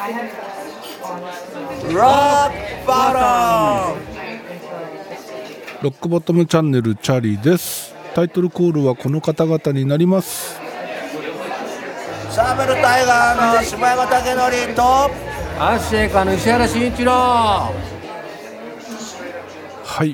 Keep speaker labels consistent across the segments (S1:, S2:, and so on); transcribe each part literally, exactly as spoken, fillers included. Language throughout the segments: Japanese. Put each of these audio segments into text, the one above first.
S1: ロックボトム
S2: ロックボトムチャンネルチャーリーです。タイトルコールはこの方々になります。
S1: シャーベルタイガーの下山武則と
S3: アッシェイカーの石原慎一郎。
S2: はい、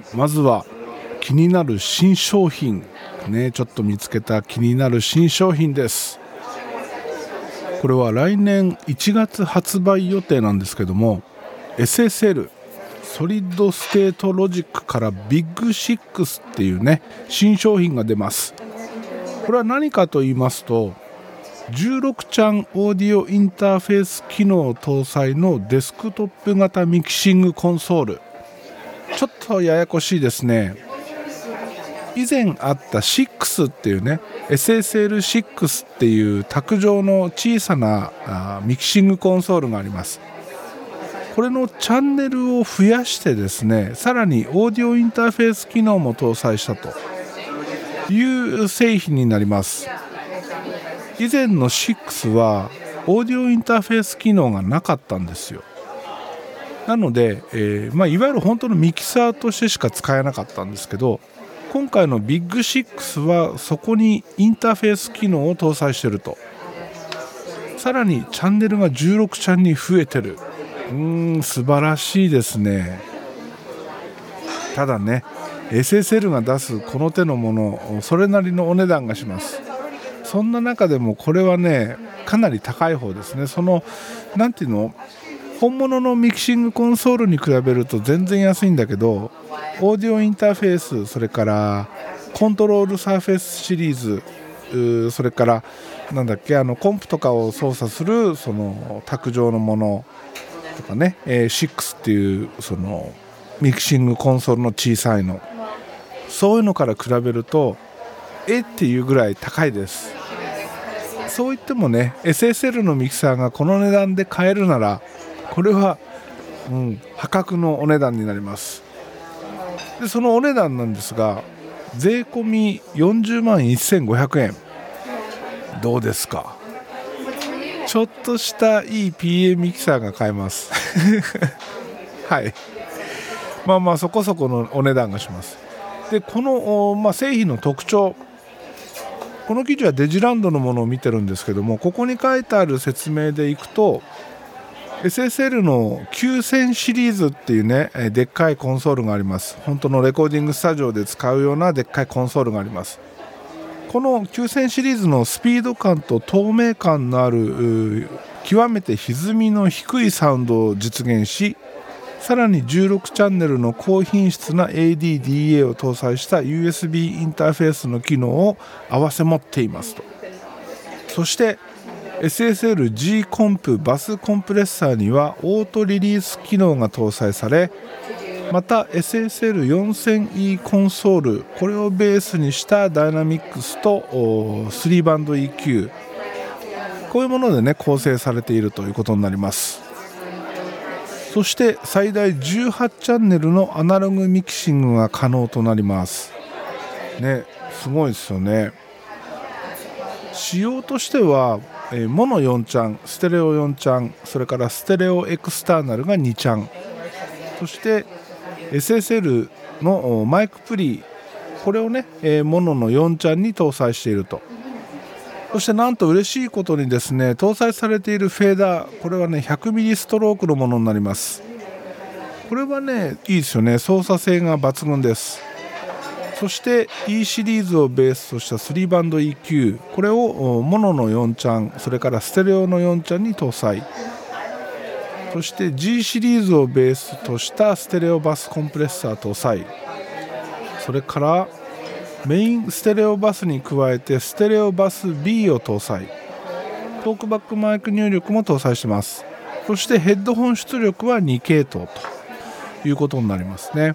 S2: まずは気になる新商品ね、ちょっと見つけた気になる新商品です。これは来年いちがつ発売予定なんですけども、 エスエスエル ソリッドステートロジックからビッグシックスっていうね新商品が出ます。これは何かと言いますと、じゅうろくチャンオーディオインターフェース機能搭載のデスクトップ型ミキシングコンソール。ちょっとややこしいですね。以前あったシックスっていうね エスエスエルシックス っていう卓上の小さなあミキシングコンソールがあります。これのチャンネルを増やしてですね、さらにオーディオインターフェース機能も搭載したという製品になります。以前のシックスはオーディオインターフェース機能がなかったんですよ。なので、えーまあ、いわゆる本当のミキサーとしてしか使えなかったんですけど、今回のビッグシックスはそこにインターフェース機能を搭載していると。さらにチャンネルがじゅうろくチャンに増えてる。うーん素晴らしいですね。ただね エスエスエル が出すこの手のもの、それなりのお値段がします。そんな中でもこれはねかなり高い方ですね。そのなんていうの、本物のミキシングコンソールに比べると全然安いんだけど、オーディオインターフェース、それからコントロールサーフェスシリーズ、それからなんだっけ、あのコンプとかを操作するその卓上のものとかね、えー、シックスっていうそのミキシングコンソールの小さいの、そういうのから比べるとえっていうぐらい高いです。そう言ってもね エスエスエル のミキサーがこの値段で買えるならこれは、うん、破格のお値段になります。でそのお値段なんですが、税込みよんじゅうまんせんごひゃくえん。どうですか。ちょっとしたいい ピーエー ミキサーが買えますはい、まあまあそこそこのお値段がします。でこの、まあ、製品の特徴、この記事はデジランドのものを見てるんですけども、ここに書いてある説明でいくと エスエスエル のきゅうせんシリーズっていうねでっかいコンソールがあります。本当のレコーディングスタジオで使うようなでっかいコンソールがあります。このきゅうせんシリーズのスピード感と透明感のある極めて歪みの低いサウンドを実現し、さらにじゅうろくチャンネルの高品質な エーディーディーエー を搭載した ユーエスビー インターフェースの機能を併せ持っていますと。そして エスエスエルジー コンプバスコンプレッサーにはオートリリース機能が搭載され、また エスエスエルよんせんイー コンソール、これをベースにしたダイナミックスとスリーバンド イーキュー、 こういうものでね構成されているということになります。そして最大じゅうはちチャンネルのアナログミキシングが可能となりますね。すごいですよね。仕様としては、えー、モノよんチャン、ステレオよんチャン、それからステレオエクスターナルがにチャン、そして エスエスエル のマイクプリ、これをね、えー、モノのよんチャンに搭載していると。そしてなんと嬉しいことにですね、搭載されているフェーダー、これはね ひゃくミリ ストロークのものになります。これはねいいですよね。操作性が抜群です。そして E シリーズをベースとしたスリーバンド イーキュー、 これをモノのよんチャン、それからステレオのよんチャンに搭載。そして G シリーズをベースとしたステレオバスコンプレッサー搭載。それからメインステレオバスに加えてステレオバス B を搭載。トークバックマイク入力も搭載しています。そしてヘッドホン出力はに系統ということになりますね。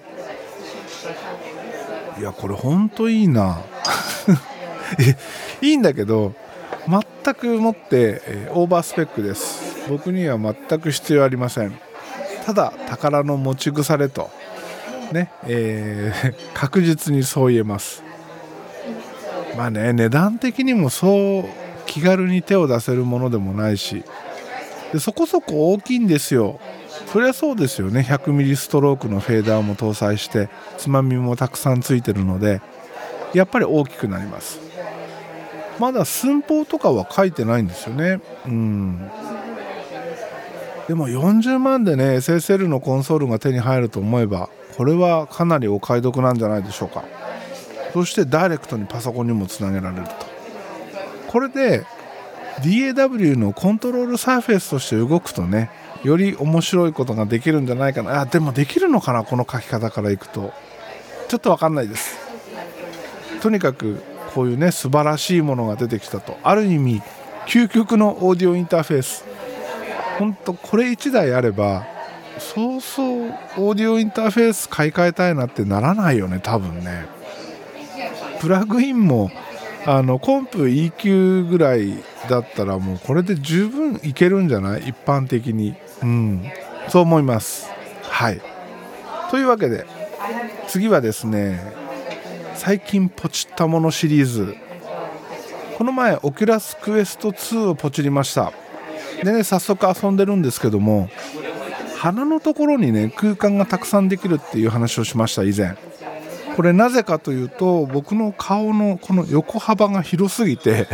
S2: いやこれほんといいないいんだけど全くもって、えー、オーバースペックです。僕には全く必要ありません。ただ宝の持ち腐れとね、えー、確実にそう言えます。まあね、値段的にもそう気軽に手を出せるものでもないし、 でそこそこ大きいんですよ。そりゃそうですよね。 ひゃくミリ ストロークのフェーダーも搭載してつまみもたくさんついてるのでやっぱり大きくなります。まだ寸法とかは書いてないんですよね。うんでもよんじゅうまんでね エスエスエル のコンソールが手に入ると思えばこれはかなりお買い得なんじゃないでしょうか。そしてダイレクトにパソコンにもつなげられると。これで ディーエーダブリュー のコントロールサーフェイスとして動くとねより面白いことができるんじゃないかな。あでもできるのかな、この書き方からいくとちょっと分かんないです。とにかくこういうね素晴らしいものが出てきたと。ある意味究極のオーディオインターフェース。本当これいちだいあればそうそうオーディオインターフェース買い替えたいなってならないよね多分ね。プラグインもあのコンプ イーキュー ぐらいだったらもうこれで十分いけるんじゃない、一般的に。うんそう思います。はいというわけで次はですね最近ポチったものシリーズ。この前オキュラスクエストツーをポチりました。でね早速遊んでるんですけども鼻のところにね空間がたくさんできるっていう話をしました以前。これなぜかというと僕の顔のこの横幅が広すぎて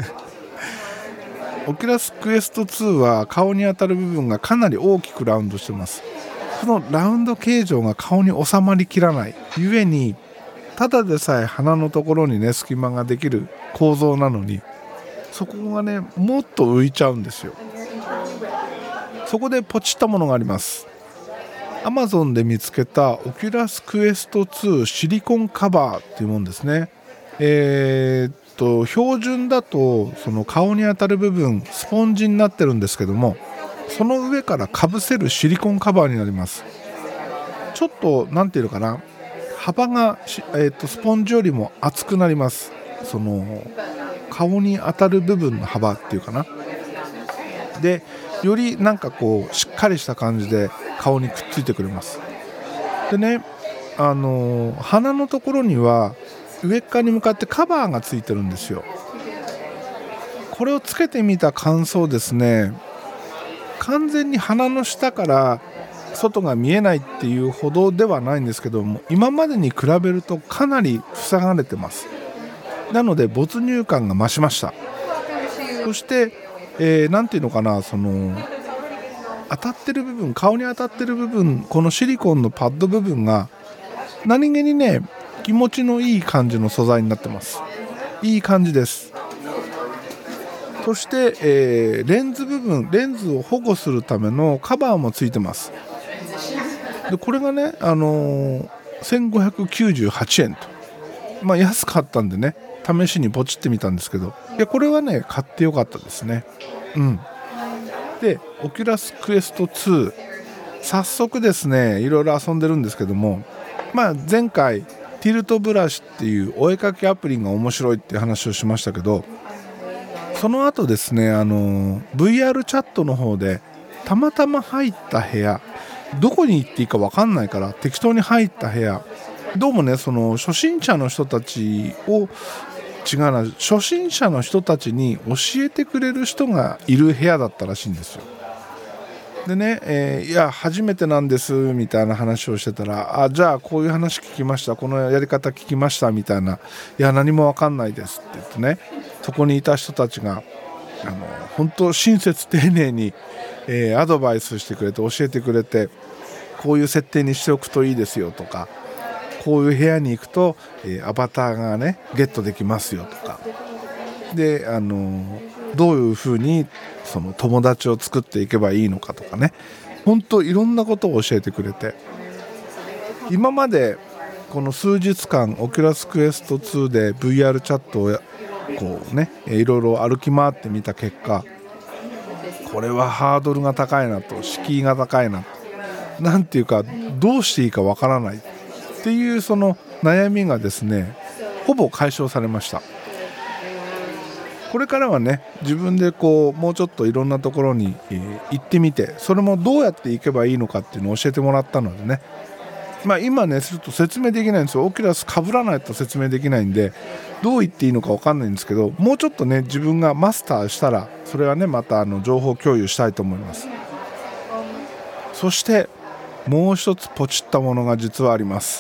S2: オキュラスクエストツーは顔に当たる部分がかなり大きくラウンドしてます。そのラウンド形状が顔に収まりきらないゆえにただでさえ鼻のところにね隙間ができる構造なのにそこがねもっと浮いちゃうんですよ。そこでポチったものがあります。アマゾンで見つけたオキュラスクエストツーシリコンカバーっていうもんですね。えー、っと標準だとその顔に当たる部分スポンジになってるんですけどもその上からかぶせるシリコンカバーになります。ちょっとなんていうのかな幅が、えー、っとスポンジよりも厚くなります。その顔に当たる部分の幅っていうかな。でよりなんかこうしっかりした感じで顔にくっついてくれます。でねあのー、鼻のところには上側に向かってカバーがついてるんですよ。これをつけてみた感想ですね、完全に鼻の下から外が見えないっていうほどではないんですけども今までに比べるとかなり塞がれてます。なので没入感が増しました。そしてえー、なんていうのかなその当たってる部分顔に当たってる部分このシリコンのパッド部分が何気にね気持ちのいい感じの素材になってます。いい感じです。そして、えー、レンズ部分レンズを保護するためのカバーもついてます。でこれがね、あのー、せんごひゃくきゅうじゅうはちえんと、まあ、安かったんでね試しにポチってみたんですけどいやこれはね買ってよかったですね。うん、でオキュラスクエストツー早速ですねいろいろ遊んでるんですけども、まあ、前回ティルトブラシっていうお絵かきアプリが面白いっていう話をしましたけどその後ですねあの ブイアール チャットの方でたまたま入った部屋どこに行っていいか分かんないから適当に入った部屋どうもねその初心者の人たちを違うな初心者の人たちに教えてくれる人がいる部屋だったらしいんですよ。でね、えー、いや初めてなんですみたいな話をしてたらあじゃあこういう話聞きましたこのやり方聞きましたみたいないや何も分かんないですって言ってねそこにいた人たちがあの本当親切丁寧に、えー、アドバイスしてくれて教えてくれてこういう設定にしておくといいですよとかこういう部屋に行くと、えー、アバターがねゲットできますよとかであのどういうふうにその友達を作っていけばいいのかとかね本当いろんなことを教えてくれて今までこの数日間オキュラスクエストツーで ブイアール チャットをこうねいろいろ歩き回ってみた結果これはハードルが高いなと敷居が高いななんていうかどうしていいかわからないっていうその悩みがですねほぼ解消されました。これからはね自分でこうもうちょっといろんなところに、えー、行ってみてそれもどうやって行けばいいのかっていうのを教えてもらったのでねまあ、今ねちょっと説明できないんですよ。オキュラス被らないと説明できないんでどう言っていいのか分かんないんですけど、もうちょっとね自分がマスターしたらそれはねまたあの情報共有したいと思います。そしてもう一つポチったものが実はあります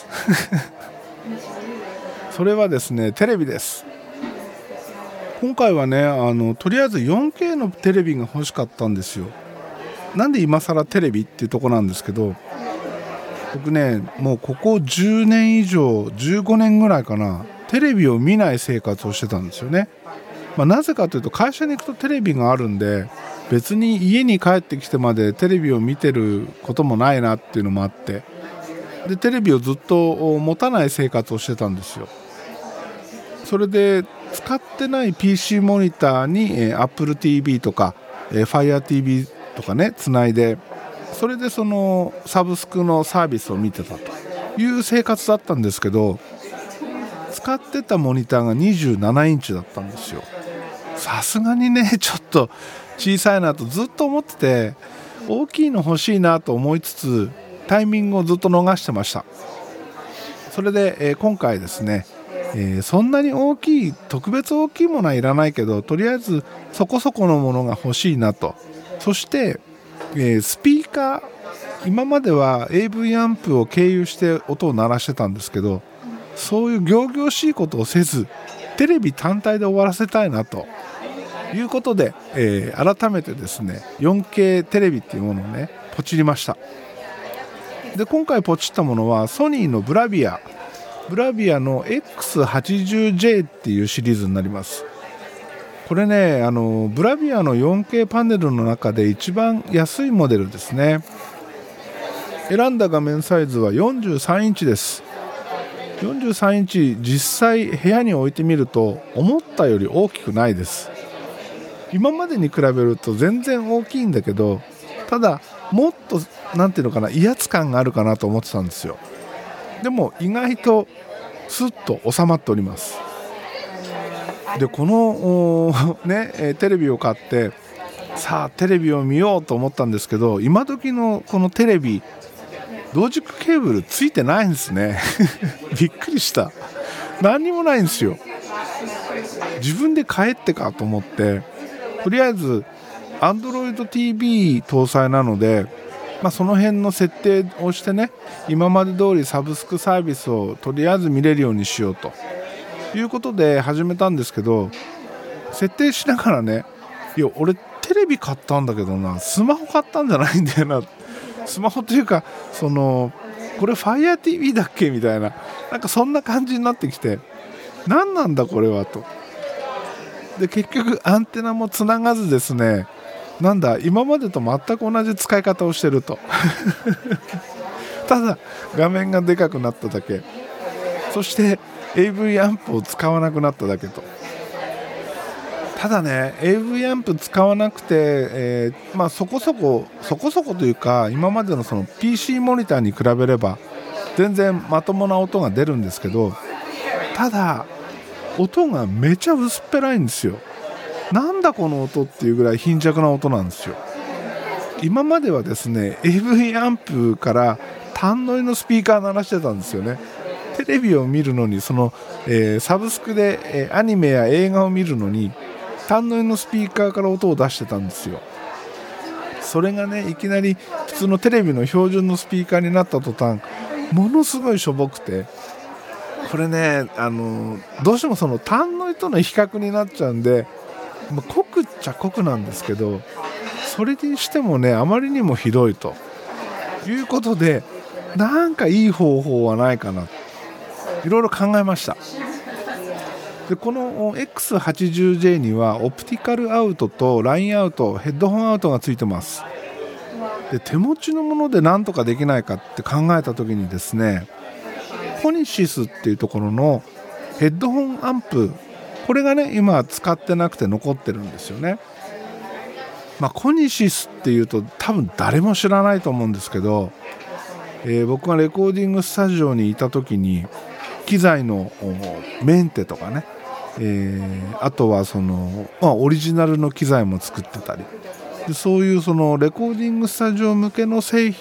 S2: それはですねテレビです。今回はねあのとりあえず よんケー のテレビが欲しかったんですよ。なんで今更テレビっていうとこなんですけど、僕ねもうここじゅうねん以上じゅうごねんぐらいかなテレビを見ない生活をしてたんですよね。まあ、なぜかというと会社に行くとテレビがあるんで別に家に帰ってきてまでテレビを見てることもないなっていうのもあって、でテレビをずっと持たない生活をしてたんですよ。それで使ってない ピーシー モニターに、えー、Apple ティーブイ とか、えー、Fire ティーブイ とかねつないで、それでそのサブスクのサービスを見てたという生活だったんですけど、使ってたモニターがにじゅうななインチだったんですよ。さすがにねちょっと小さいなとずっと思ってて、大きいの欲しいなと思いつつタイミングをずっと逃してました。それで、えー、今回ですね、えー、そんなに大きい特別大きいものはいらないけどとりあえずそこそこのものが欲しいなと。そして、えー、スピーカー、今までは エーブイ アンプを経由して音を鳴らしてたんですけど、そういう仰々しいことをせずテレビ単体で終わらせたいなということで、えー、改めてですね よんケー テレビっていうものをねポチりました。で今回ポチったものはソニーのブラビアブラビアの エックスはちじゅうジェイ っていうシリーズになります。これねあのブラビアの よんケー パネルの中で一番安いモデルですね。選んだ画面サイズはよんじゅうさんインチです。よんじゅうさんインチ実際部屋に置いてみると思ったより大きくないです。今までに比べると全然大きいんだけど、ただもっとなんていうのかな威圧感があるかなと思ってたんですよ。でも意外とスッと収まっております。でこの、ね、テレビを買ってさあテレビを見ようと思ったんですけど、今時のこのテレビ同軸ケーブルついてないんですねびっくりした。何にもないんですよ。自分で買えってかと思って、とりあえず Android ティーブイ 搭載なので、まあ、その辺の設定をしてね今まで通りサブスクサービスをとりあえず見れるようにしようということで始めたんですけど、設定しながらね、いや俺テレビ買ったんだけどな、スマホ買ったんじゃないんだよな、スマホというかそのこれ Fire ティーブイ だっけみたいな、なんかそんな感じになってきて、何なんだこれはと。で結局アンテナもつながずですね、なんだ今までと全く同じ使い方をしてるとただ画面がでかくなっただけ、そして エーブイ アンプを使わなくなっただけと。ただね エーブイ アンプ使わなくて、えーまあ、そこそこそこそこというか今までのその ピーシー モニターに比べれば全然まともな音が出るんですけど、ただ音がめちゃ薄っぺらいんですよ。なんだこの音っていうぐらい貧弱な音なんですよ。今まではですね エーブイ アンプから単ノイのスピーカー鳴らしてたんですよね。テレビを見るのにその、えー、サブスクで、えー、アニメや映画を見るのに単ノイのスピーカーから音を出してたんですよ。それがねいきなり普通のテレビの標準のスピーカーになった途端ものすごいしょぼくて、これねあのどうしてもその単ノイとの比較になっちゃうんで、まあ、濃くっちゃ濃くなんですけど、それにしてもねあまりにもひどいということで、なんかいい方法はないかないろいろ考えました。でこの エックスはちじゅうジェイ にはオプティカルアウトとラインアウト、ヘッドホンアウトがついてます。で手持ちのものでなんとかできないかって考えた時にですね、コニシスっていうところのヘッドホンアンプ、これがね今使ってなくて残ってるんですよね。まあ、コニシスっていうと多分誰も知らないと思うんですけど、えー、僕がレコーディングスタジオにいた時に機材のメンテとかね、えー、あとはその、まあ、オリジナルの機材も作ってたりで、そういうそのレコーディングスタジオ向けの製品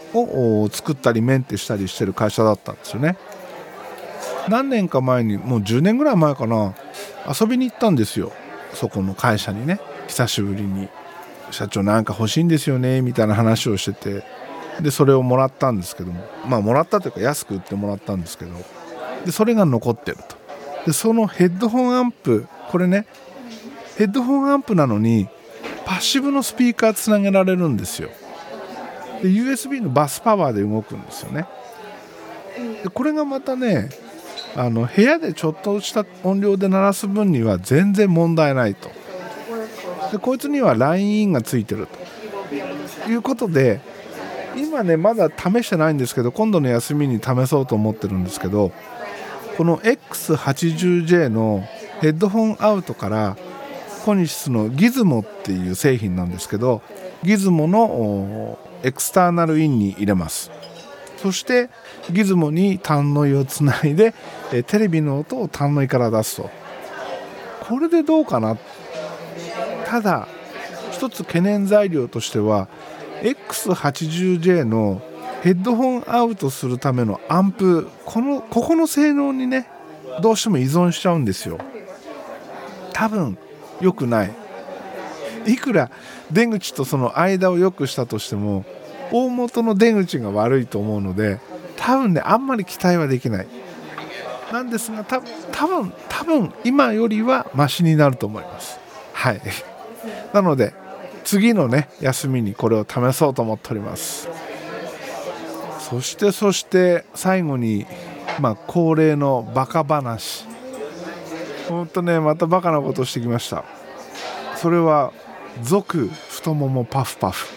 S2: を作ったりメンテしたりしてる会社だったんですよね。何年か前に、もうじゅうねんぐらい前かな、遊びに行ったんですよ、そこの会社にね。久しぶりに社長なんか欲しいんですよねみたいな話をしてて、でそれをもらったんですけども、まあもらったというか安く売ってもらったんですけど、でそれが残ってると。でそのヘッドホンアンプ、これねヘッドホンアンプなのにパッシブのスピーカーつなげられるんですよ。で ユーエスビー のバスパワーで動くんですよね。でこれがまたね、あの部屋でちょっとした音量で鳴らす分には全然問題ないと。でこいつには ライン インがついてるということで、今ねまだ試してないんですけど、今度の休みに試そうと思ってるんですけど、この エックスはちじゅうジェー のヘッドホンアウトからコニシスのギズモっていう製品なんですけど、ギズモのエクスターナルインに入れます。そしてギズモに単ノイをつないでテレビの音を単ノイから出すと。これでどうかな。ただ一つ懸念材料としては エックスはちじゅうジェー のヘッドホンアウトするためのアンプ、このここの性能にねどうしても依存しちゃうんですよ。多分良くない。いくら出口とその間を良くしたとしても大元の出口が悪いと思うので、多分ねあんまり期待はできないなんですが、た多分多分今よりはマシになると思います。はい。なので次のね休みにこれを試そうと思っております。そしてそして最後に、まあ、恒例のバカ話。ほんとねまたバカなことをしてきました。それは続太ももパフパフ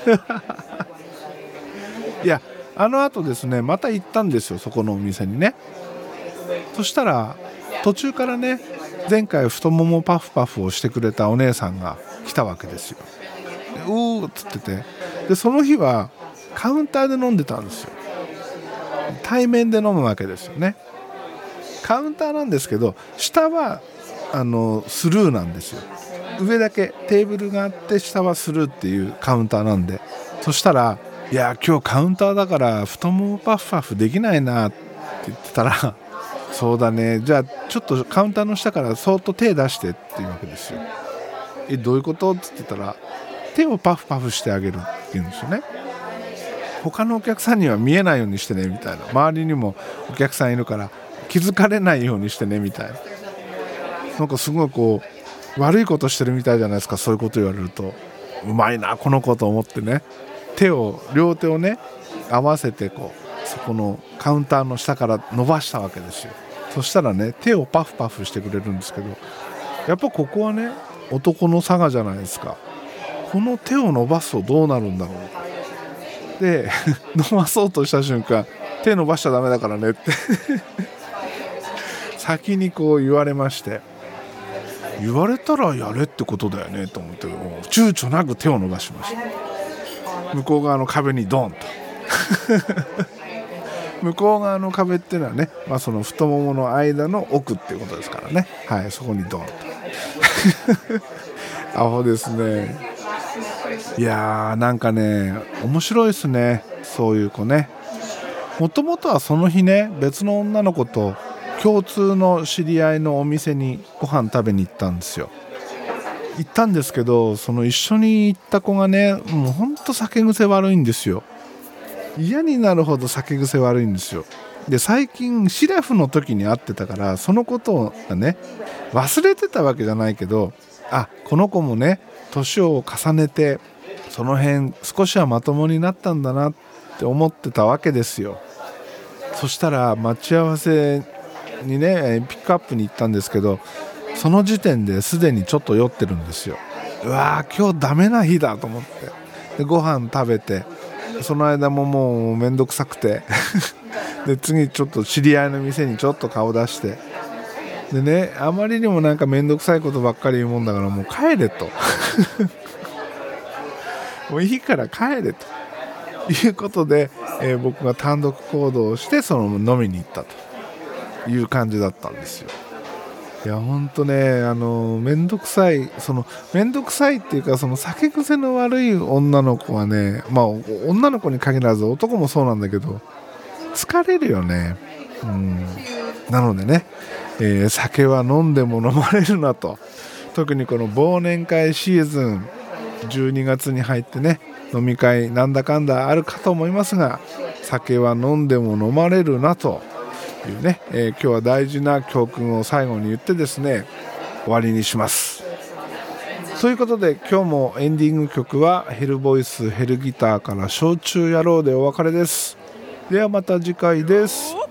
S2: いやあの後ですねまた行ったんですよ、そこのお店にね。そしたら途中からね前回太ももパフパフをしてくれたお姉さんが来たわけですよ。でうーっつってて、でその日はカウンターで飲んでたんですよ。対面で飲むわけですよね。カウンターなんですけど下はあのスルーなんですよ。上だけテーブルがあって下はスルーっていうカウンターなんで、そしたらいや今日カウンターだから太ももパフパフできないなって言ってたらそうだね、じゃあちょっとカウンターの下からそーっと手出してっていうわけですよ。えどういうことって言ったら手をパフパフしてあげるって言うんですよね。他のお客さんには見えないようにしてねみたいな、周りにもお客さんいるから気づかれないようにしてねみたいな、なんかすごいこう悪いことしてるみたいじゃないですか。そういうこと言われるとうまいなこの子と思ってね、手を両手をね合わせてこうそこのカウンターの下から伸ばしたわけですよ。そしたらね手をパフパフしてくれるんですけど、やっぱここはね男の差がじゃないですか。この手を伸ばすとどうなるんだろうで伸ばそうとした瞬間手伸ばしちゃダメだからねって先にこう言われまして、言われたらやれってことだよねと思って躊躇なく手を伸ばしました。向こう側の壁にドンと向こう側の壁っていうのはね、まあ、その太ももの間の奥っていうことですからね、はい、そこにドンとアホですね。いやーなんかね面白いですね、そういう子ね。もともとはその日ね別の女の子と共通の知り合いのお店にご飯食べに行ったんですよ。行ったんですけど、その一緒に行った子がねもうほんと酒癖悪いんですよ。嫌になるほど酒癖悪いんですよ。で最近シラフの時に会ってたからそのことがね忘れてたわけじゃないけど、あこの子もね年を重ねてその辺少しはまともになったんだなって思ってたわけですよ。そしたら待ち合わせにねピックアップに行ったんですけど、その時点ですでにちょっと酔ってるんですよ。うわー今日ダメな日だと思って、でご飯食べて、その間ももうめんどくさくてで次ちょっと知り合いの店にちょっと顔出して、でねあまりにもなんかめんどくさいことばっかり言うもんだからもう帰れともういいから帰れということで、えー、僕が単独行動をしてその飲みに行ったという感じだったんですよ。 いやほんとね、あのめんどくさい、そのめんどくさいっていうか、その酒癖の悪い女の子はね、まあ女の子に限らず男もそうなんだけど疲れるよね。うん、なのでね、えー、酒は飲んでも飲まれるなと。特にこの忘年会シーズン、じゅうにがつに入ってね、飲み会なんだかんだあるかと思いますが、酒は飲んでも飲まれるなというね、えー、今日は大事な教訓を最後に言ってですね、終わりにします。ということで今日もエンディング曲はヘルボイスヘルギターから焼酎野郎でお別れです。ではまた次回です。